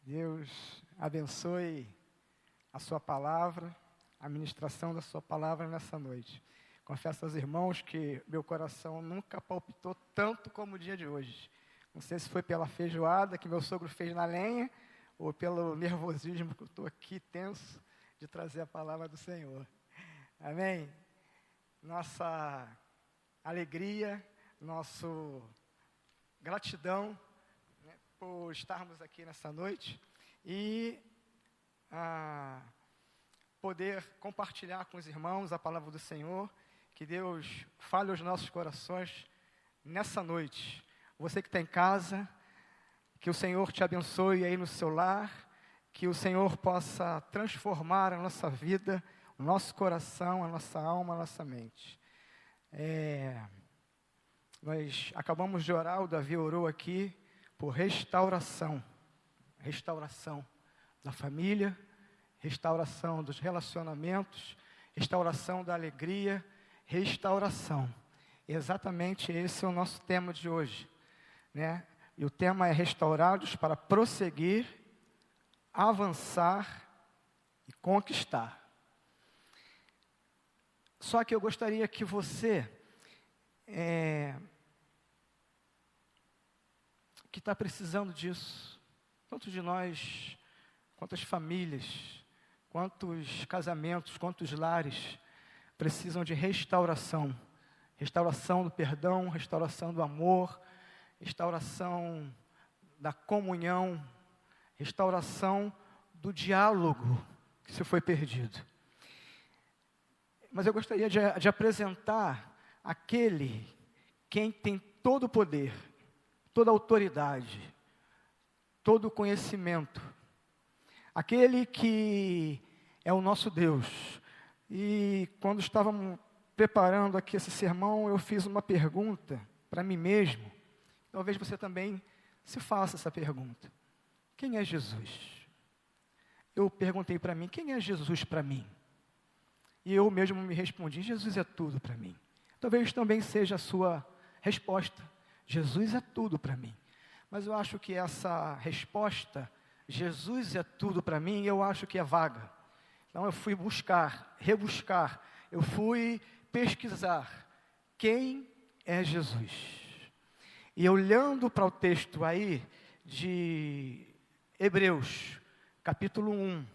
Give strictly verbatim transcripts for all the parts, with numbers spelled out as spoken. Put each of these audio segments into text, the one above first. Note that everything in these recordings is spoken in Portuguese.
Deus abençoe a sua palavra, a ministração da sua palavra nessa noite. Confesso aos irmãos que meu coração nunca palpitou tanto como o dia de hoje. Não sei se foi pela feijoada que meu sogro fez na lenha, ou pelo nervosismo que eu estou aqui tenso de trazer a palavra do Senhor. Amém? Nossa alegria, nosso gratidão, né, por estarmos aqui nessa noite e ah, poder compartilhar com os irmãos a palavra do Senhor. Que Deus fale aos nossos corações nessa noite. Você que está em casa, que o Senhor te abençoe aí no seu lar, que o Senhor possa transformar a nossa vida, o nosso coração, a nossa alma, a nossa mente. É, nós acabamos de orar, o Davi orou aqui por restauração, restauração da família, restauração dos relacionamentos, restauração da alegria, restauração. Exatamente esse é o nosso tema de hoje, né? E o tema é restaurados para prosseguir, avançar e conquistar. Só que eu gostaria que você, é, que está precisando disso, quantos de nós, quantas famílias, quantos casamentos, quantos lares precisam de restauração, restauração do perdão, restauração do amor, restauração da comunhão, restauração do diálogo que se foi perdido. Mas eu gostaria de, de apresentar aquele quem tem todo o poder, toda a autoridade, todo o conhecimento, aquele que é o nosso Deus. E quando estávamos preparando aqui esse sermão, eu fiz uma pergunta para mim mesmo. Talvez você também se faça essa pergunta. Quem é Jesus? Eu perguntei para mim, quem é Jesus para mim? E eu mesmo me respondi, Jesus é tudo para mim. Talvez também seja a sua resposta. Jesus é tudo para mim. Mas eu acho que essa resposta, Jesus é tudo para mim, eu acho que é vaga. Então eu fui buscar, rebuscar, eu fui pesquisar quem é Jesus. E olhando para o texto aí de Hebreus, capítulo um,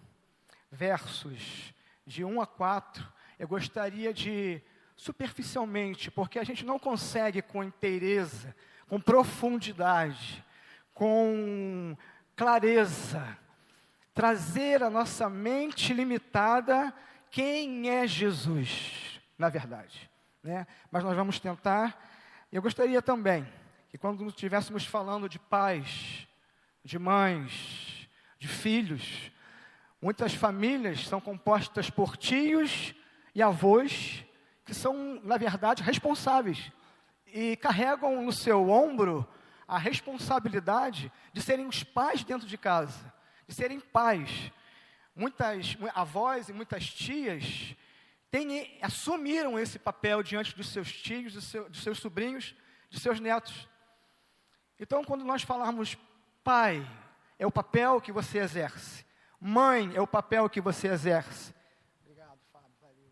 versos de um a quatro, eu gostaria de, superficialmente, porque a gente não consegue com inteireza, com profundidade, com clareza, trazer à nossa mente limitada quem é Jesus, na verdade, né? Mas nós vamos tentar. Eu gostaria também que quando estivéssemos falando de pais, de mães, de filhos, muitas famílias são compostas por tios e avós que são, na verdade, responsáveis e carregam no seu ombro a responsabilidade de serem os pais dentro de casa, de serem pais. Muitas avós e muitas tias têm, assumiram esse papel diante dos seus tios, dos seus, dos seus sobrinhos, de seus netos. Então, quando nós falarmos pai, é o papel que você exerce. Mãe, é o papel que você exerce. Obrigado, Fábio, valeu.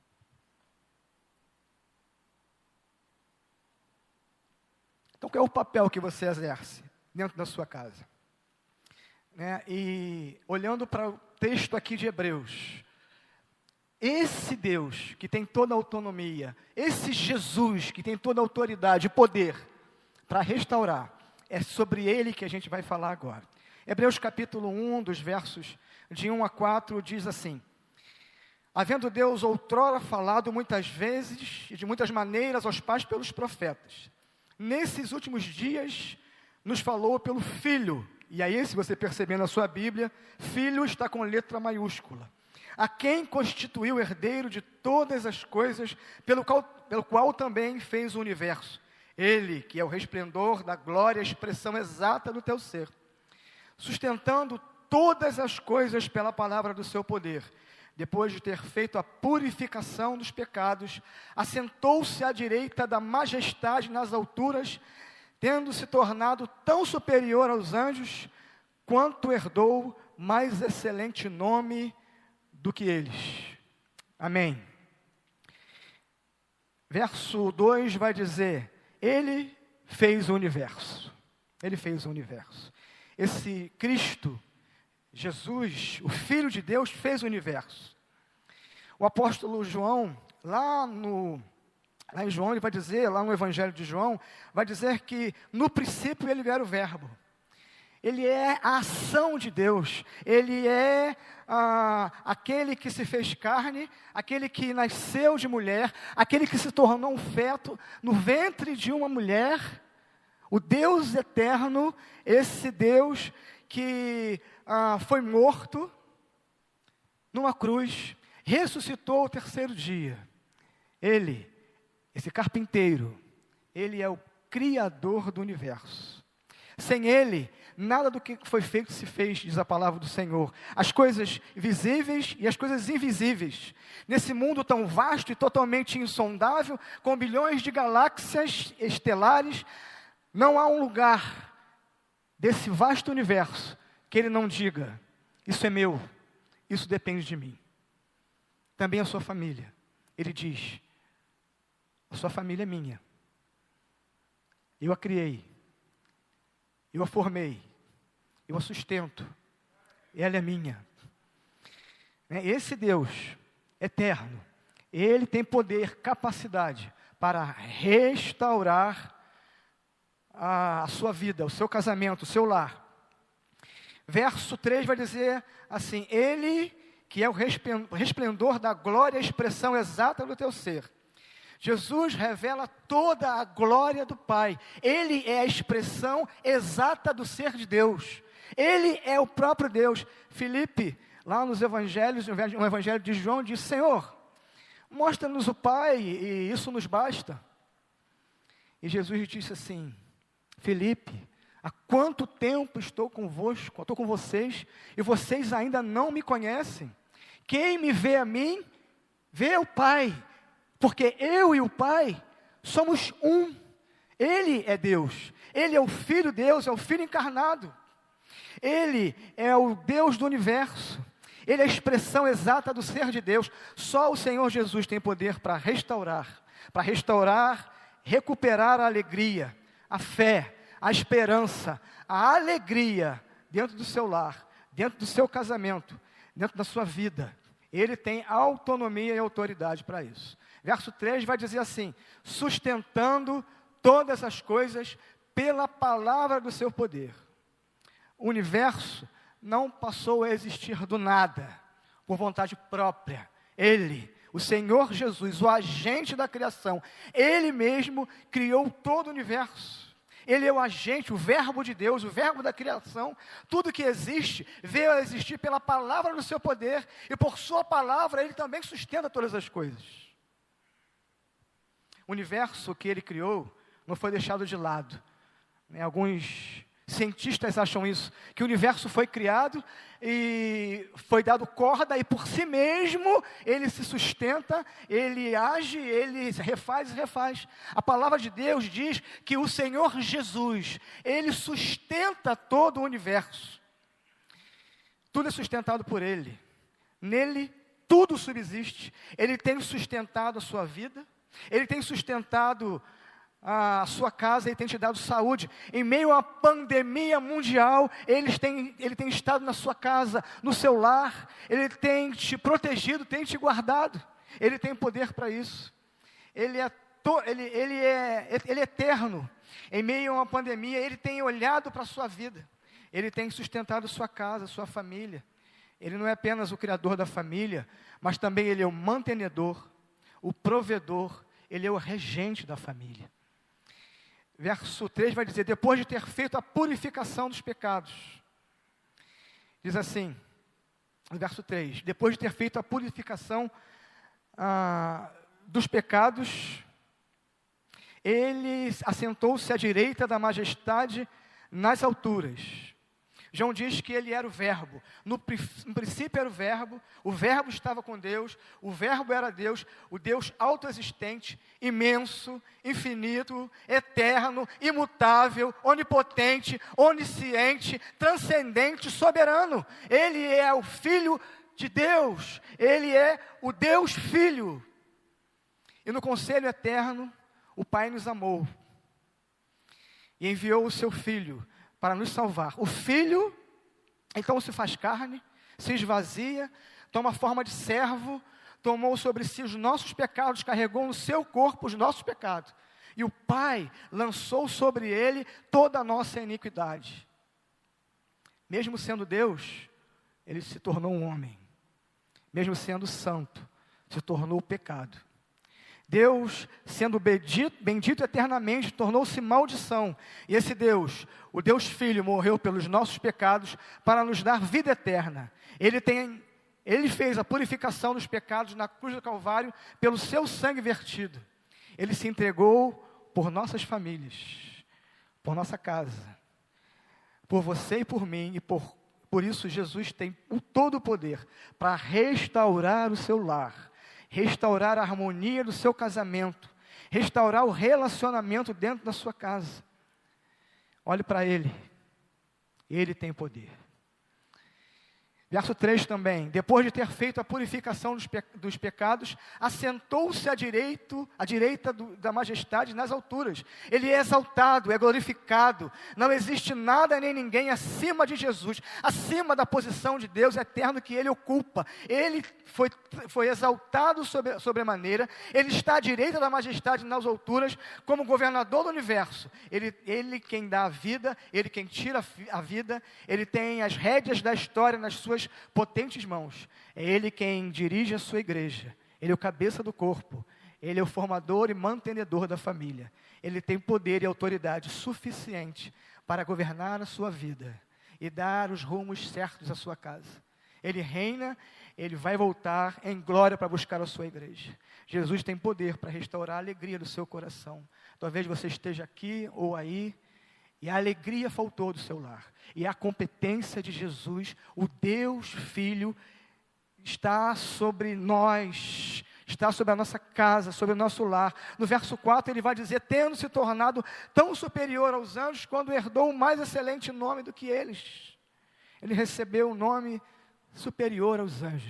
Então, qual é o papel que você exerce dentro da sua casa? Né? E olhando para o texto aqui de Hebreus, esse Deus que tem toda a autonomia, esse Jesus que tem toda a autoridade e poder para restaurar, é sobre ele que a gente vai falar agora. Hebreus capítulo um, dos versos de um a quatro, diz assim: havendo Deus outrora falado muitas vezes e de muitas maneiras aos pais pelos profetas, nesses últimos dias nos falou pelo Filho. E aí, se você perceber na sua Bíblia, Filho está com letra maiúscula. A quem constituiu herdeiro de todas as coisas, pelo qual, pelo qual também fez o universo. Ele, que é o resplendor da glória, a expressão exata do teu ser, sustentando todas as coisas pela palavra do seu poder. Depois de ter feito a purificação dos pecados, assentou-se à direita da majestade nas alturas, tendo se tornado tão superior aos anjos, quanto herdou mais excelente nome do que eles. Amém. Verso dois vai dizer, Ele fez o universo. Ele fez o universo. Esse Cristo, Jesus, o Filho de Deus, fez o universo. O apóstolo João, lá no... Lá em João, ele vai dizer, lá no Evangelho de João, vai dizer que no princípio ele era o verbo. Ele é a ação de Deus. Ele é ah, aquele que se fez carne, aquele que nasceu de mulher, aquele que se tornou um feto no ventre de uma mulher. O Deus eterno, esse Deus que ah, foi morto numa cruz, ressuscitou ao terceiro dia. Ele... Esse carpinteiro, ele é o criador do universo. Sem ele, nada do que foi feito se fez, diz a palavra do Senhor. As coisas visíveis e as coisas invisíveis. Nesse mundo tão vasto e totalmente insondável, com bilhões de galáxias estelares, não há um lugar desse vasto universo que ele não diga, isso é meu, isso depende de mim. Também a sua família. Ele diz, a sua família é minha. Eu a criei. Eu a formei. Eu a sustento. Ela é minha. Esse Deus eterno, Ele tem poder, capacidade para restaurar a, a sua vida, o seu casamento, o seu lar. Verso três vai dizer assim, Ele que é o resplendor da glória, a expressão exata do teu ser. Jesus revela toda a glória do Pai. Ele é a expressão exata do ser de Deus. Ele é o próprio Deus. Filipe, lá nos evangelhos, no evangelho de João, diz, Senhor, mostra-nos o Pai e isso nos basta. E Jesus disse assim, Filipe, há quanto tempo estou convosco, estou com vocês, e vocês ainda não me conhecem? Quem me vê a mim, vê o Pai. Porque eu e o Pai somos um. Ele é Deus. Ele é o Filho de Deus, é o Filho encarnado. Ele é o Deus do universo. Ele é a expressão exata do ser de Deus. Só o Senhor Jesus tem poder para restaurar. Para restaurar, recuperar a alegria, a fé, a esperança, a alegria dentro do seu lar, dentro do seu casamento, dentro da sua vida. Ele tem autonomia e autoridade para isso. Verso três vai dizer assim, sustentando todas as coisas pela palavra do seu poder. O universo não passou a existir do nada, por vontade própria. Ele, o Senhor Jesus, o agente da criação, Ele mesmo criou todo o universo. Ele é o agente, o verbo de Deus, o verbo da criação. Tudo que existe, veio a existir pela palavra do seu poder, e por sua palavra Ele também sustenta todas as coisas. O universo que Ele criou não foi deixado de lado. Alguns cientistas acham isso, que o universo foi criado e foi dado corda e por si mesmo ele se sustenta, ele age, ele refaz e refaz. A palavra de Deus diz que o Senhor Jesus, Ele sustenta todo o universo. Tudo é sustentado por Ele. Nele tudo subsiste. Ele tem sustentado a sua vida, Ele tem sustentado a sua casa, Ele tem te dado saúde. Em meio à pandemia mundial, Ele tem, Ele tem estado na sua casa, no seu lar. Ele tem te protegido, tem te guardado. Ele tem poder para isso. Ele é, to, ele, ele, é, ele é eterno. Em meio a uma pandemia, Ele tem olhado para a sua vida. Ele tem sustentado sua casa, sua família. Ele não é apenas o criador da família, mas também Ele é o mantenedor, o provedor. Ele é o regente da família. Verso três vai dizer, depois de ter feito a purificação dos pecados. Diz assim, no verso três, depois de ter feito a purificação ah, dos pecados, Ele assentou-se à direita da majestade nas alturas, João diz que ele era o verbo. No, no princípio era o verbo, o verbo estava com Deus, o verbo era Deus, o Deus autoexistente, imenso, infinito, eterno, imutável, onipotente, onisciente, transcendente, soberano. Ele é o Filho de Deus, ele é o Deus Filho. E no conselho eterno, o Pai nos amou e enviou o seu Filho para nos salvar. O Filho, então, se faz carne, se esvazia, toma forma de servo, tomou sobre si os nossos pecados, carregou no seu corpo os nossos pecados. E o Pai lançou sobre ele toda a nossa iniquidade. Mesmo sendo Deus, ele se tornou um homem. Mesmo sendo santo, se tornou pecado. Deus, sendo bendito, bendito eternamente, tornou-se maldição. E esse Deus, o Deus Filho, morreu pelos nossos pecados para nos dar vida eterna. Ele, tem, ele fez a purificação dos pecados na cruz do Calvário pelo seu sangue vertido. Ele se entregou por nossas famílias, por nossa casa, por você e por mim. E por, por isso Jesus tem o todo o poder para restaurar o seu lar, restaurar a harmonia do seu casamento, restaurar o relacionamento dentro da sua casa. Olhe para Ele, Ele tem poder. Verso três também, depois de ter feito a purificação dos, pe- dos pecados, assentou-se à, direito, à direita do, da majestade nas alturas. Ele é exaltado, é glorificado. Não existe nada nem ninguém acima de Jesus, acima da posição de Deus eterno que Ele ocupa. Ele foi, foi exaltado sobre, sobremaneira, Ele está à direita da majestade nas alturas, como governador do universo. Ele, ele quem dá a vida, Ele quem tira a vida, Ele tem as rédeas da história nas suas potentes mãos. É Ele quem dirige a sua igreja. Ele é o cabeça do corpo. Ele é o formador e mantenedor da família. Ele tem poder e autoridade suficiente para governar a sua vida e dar os rumos certos à sua casa. Ele reina, Ele vai voltar em glória para buscar a sua igreja. Jesus tem poder para restaurar a alegria do seu coração. Talvez você esteja aqui ou aí e a alegria faltou do seu lar. E a competência de Jesus, o Deus Filho, está sobre nós, está sobre a nossa casa, sobre o nosso lar. No verso quatro ele vai dizer, tendo se tornado tão superior aos anjos, quando herdou o mais excelente nome do que eles. Ele recebeu um nome superior aos anjos.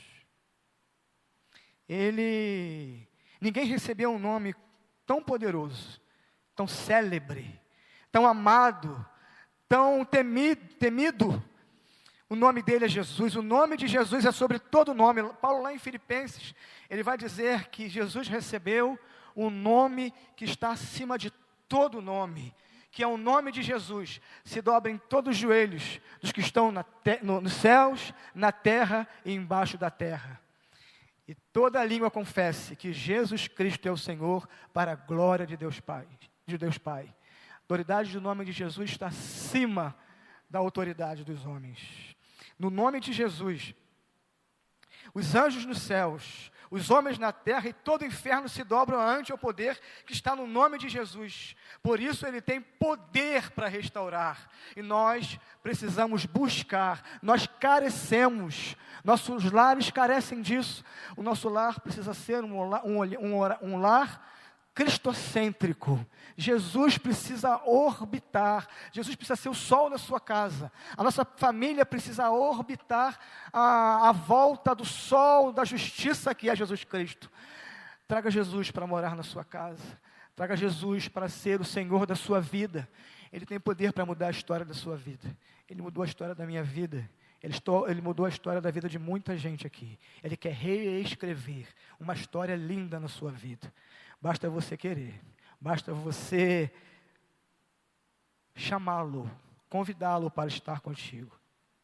Ele, ninguém recebeu um nome tão poderoso, tão célebre, tão amado, tão temido, temido. O nome dele é Jesus. O nome de Jesus é sobre todo nome. Paulo lá em Filipenses, ele vai dizer que Jesus recebeu um nome que está acima de todo nome, que é o nome de Jesus. Se dobrem todos os joelhos dos que estão na te- no, nos céus, na terra e embaixo da terra. E toda língua confesse que Jesus Cristo é o Senhor, para a glória de Deus Pai, de Deus Pai. A autoridade do nome de Jesus está acima da autoridade dos homens. No nome de Jesus, os anjos nos céus, os homens na terra e todo o inferno se dobram ante o poder que está no nome de Jesus. Por isso Ele tem poder para restaurar. E nós precisamos buscar, nós carecemos, nossos lares carecem disso. O nosso lar precisa ser um, um, um, um lar cristocêntrico. Jesus precisa orbitar, Jesus precisa ser o sol da sua casa, a nossa família precisa orbitar a, a volta do sol da justiça que é Jesus Cristo. Traga Jesus para morar na sua casa, traga Jesus para ser o Senhor da sua vida. Ele tem poder para mudar a história da sua vida. Ele mudou a história da minha vida. Ele, estou, ele mudou a história da vida de muita gente aqui. Ele quer reescrever uma história linda na sua vida. Basta você querer, basta você chamá-lo, convidá-lo para estar contigo.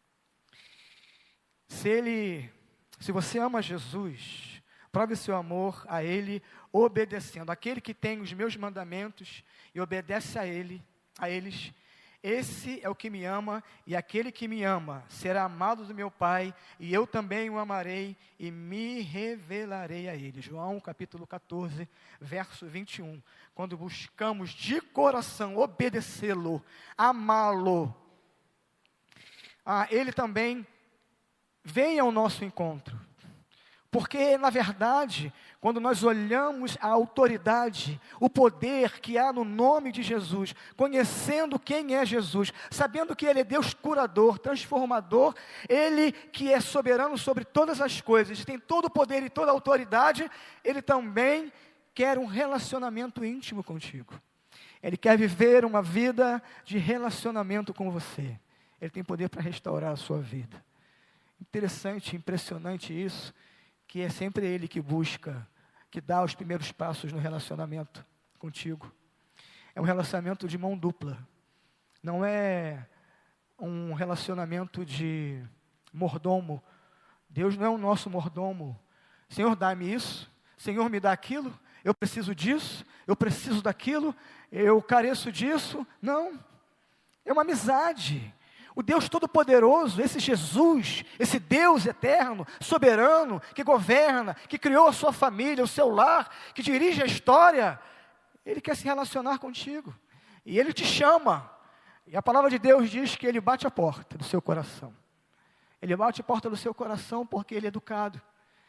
Se ele, se você ama Jesus, prove seu amor a Ele obedecendo. Aquele que tem os meus mandamentos e obedece a Ele, a eles, esse é o que me ama, e aquele que me ama será amado do meu Pai, e eu também o amarei e me revelarei a ele. João capítulo catorze, verso vinte e um. Quando buscamos de coração obedecê-lo, amá-lo, ah, Ele também vem ao nosso encontro. Porque, na verdade, quando nós olhamos a autoridade, o poder que há no nome de Jesus, conhecendo quem é Jesus, sabendo que Ele é Deus curador, transformador, Ele que é soberano sobre todas as coisas, tem todo o poder e toda a autoridade, Ele também quer um relacionamento íntimo contigo. Ele quer viver uma vida de relacionamento com você. Ele tem poder para restaurar a sua vida. Interessante, impressionante isso, que é sempre Ele que busca, que dá os primeiros passos no relacionamento contigo. É um relacionamento de mão dupla. Não é um relacionamento de mordomo. Deus não é o nosso mordomo. Senhor, dá-me isso. Senhor, me dá aquilo. Eu preciso disso. Eu preciso daquilo. Eu careço disso. Não. É uma amizade. O Deus Todo-Poderoso, esse Jesus, esse Deus eterno, soberano, que governa, que criou a sua família, o seu lar, que dirige a história, Ele quer se relacionar contigo. E Ele te chama. E a palavra de Deus diz que Ele bate a porta do seu coração. Ele bate a porta do seu coração porque Ele é educado.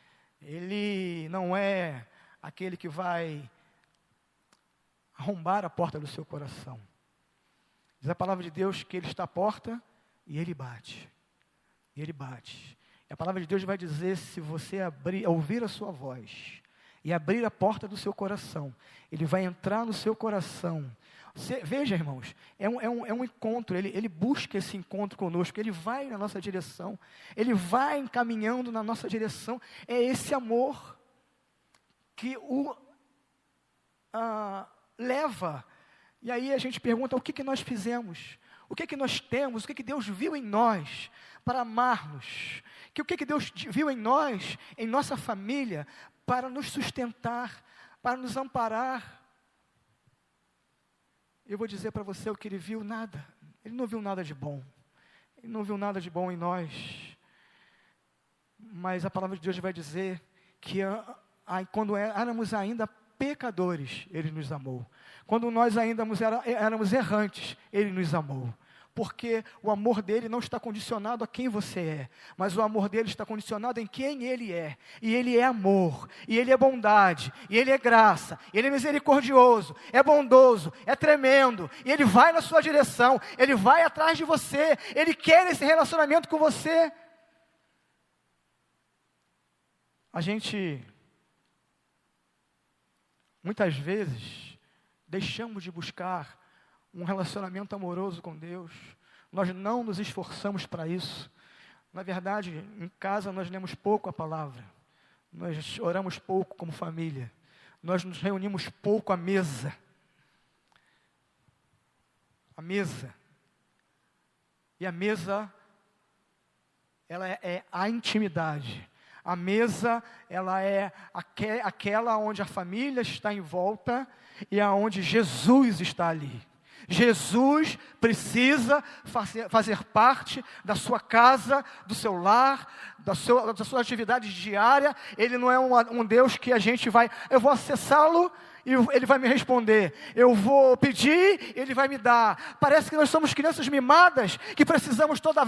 Ele não é aquele que vai arrombar a porta do seu coração. Diz a palavra de Deus que Ele está à porta e Ele bate. E Ele bate. E a palavra de Deus vai dizer, se você abrir, ouvir a sua voz e abrir a porta do seu coração, Ele vai entrar no seu coração. Você, veja, irmãos, é um, é um, é um encontro, ele, ele busca esse encontro conosco, Ele vai na nossa direção, Ele vai encaminhando na nossa direção. É esse amor que o ah, leva. E aí a gente pergunta, o que, que nós fizemos? O que, que nós temos? O que, que Deus viu em nós para amar-nos? Que o que, que Deus viu em nós, em nossa família, para nos sustentar, para nos amparar? Eu vou dizer para você o que Ele viu, nada. Ele não viu nada de bom. Ele não viu nada de bom em nós. Mas a palavra de Deus vai dizer que a, a, quando éramos ainda pecadores, Ele nos amou. Quando nós ainda éramos errantes, Ele nos amou. Porque o amor dele não está condicionado a quem você é, mas o amor dele está condicionado em quem Ele é. E Ele é amor, e Ele é bondade, e Ele é graça, e Ele é misericordioso, é bondoso, é tremendo, e Ele vai na sua direção, Ele vai atrás de você, Ele quer esse relacionamento com você. A gente, muitas vezes, deixamos de buscar um relacionamento amoroso com Deus. Nós não nos esforçamos para isso. Na verdade, em casa nós lemos pouco a palavra. Nós oramos pouco como família. Nós nos reunimos pouco à mesa. A mesa. E a mesa, ela é, é a intimidade. A mesa, ela é aque, aquela onde a família está em volta e aonde Jesus está ali. Jesus precisa fazer, fazer parte da sua casa, do seu lar, da sua, da sua atividade diária. Ele não é um, um Deus que a gente vai, eu vou acessá-lo e Ele vai me responder. Eu vou pedir, Ele vai me dar. Parece que nós somos crianças mimadas, que precisamos toda